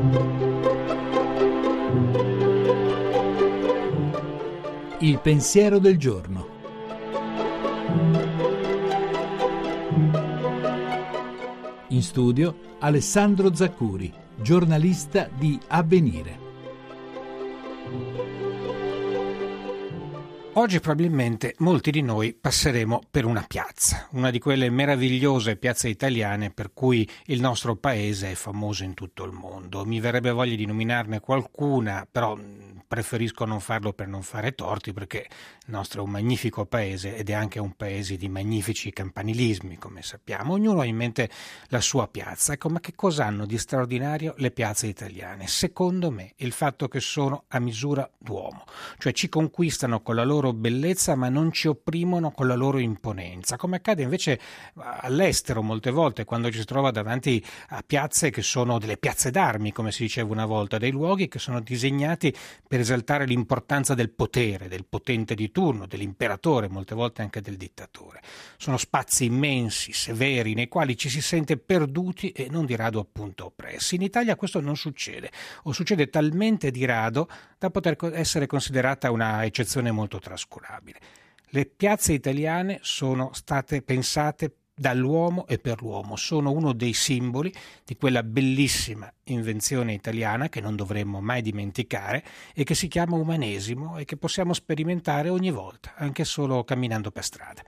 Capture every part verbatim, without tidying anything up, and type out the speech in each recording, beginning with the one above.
Il pensiero del giorno. In studio Alessandro Zaccuri, giornalista di Avvenire. Oggi probabilmente molti di noi passeremo per una piazza, una di quelle meravigliose piazze italiane per cui il nostro paese è famoso in tutto il mondo. Mi verrebbe voglia di nominarne qualcuna, però preferisco non farlo per non fare torti, perché il nostro è un magnifico paese ed è anche un paese di magnifici campanilismi, come sappiamo. Ognuno ha in mente la sua piazza. Ecco, ma che cosa hanno di straordinario le piazze italiane? Secondo me il fatto che sono a misura d'uomo, cioè ci conquistano con la loro bellezza ma non ci opprimono con la loro imponenza, come accade invece all'estero molte volte, quando ci si trova davanti a piazze che sono delle piazze d'armi, come si diceva una volta, dei luoghi che sono disegnati per esaltare l'importanza del potere, del potente di turno, dell'imperatore, molte volte anche del dittatore. Sono spazi immensi, severi, nei quali ci si sente perduti e non di rado appunto oppressi. In Italia questo non succede, o succede talmente di rado da poter essere considerata una eccezione molto trascurabile. Le piazze italiane sono state pensate dall'uomo e per l'uomo, sono uno dei simboli di quella bellissima invenzione italiana che non dovremmo mai dimenticare e che si chiama umanesimo e che possiamo sperimentare ogni volta, anche solo camminando per strada.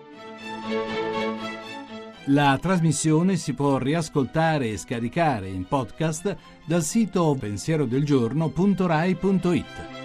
La trasmissione si può riascoltare e scaricare in podcast dal sito pensierodelgiorno punto rai punto it.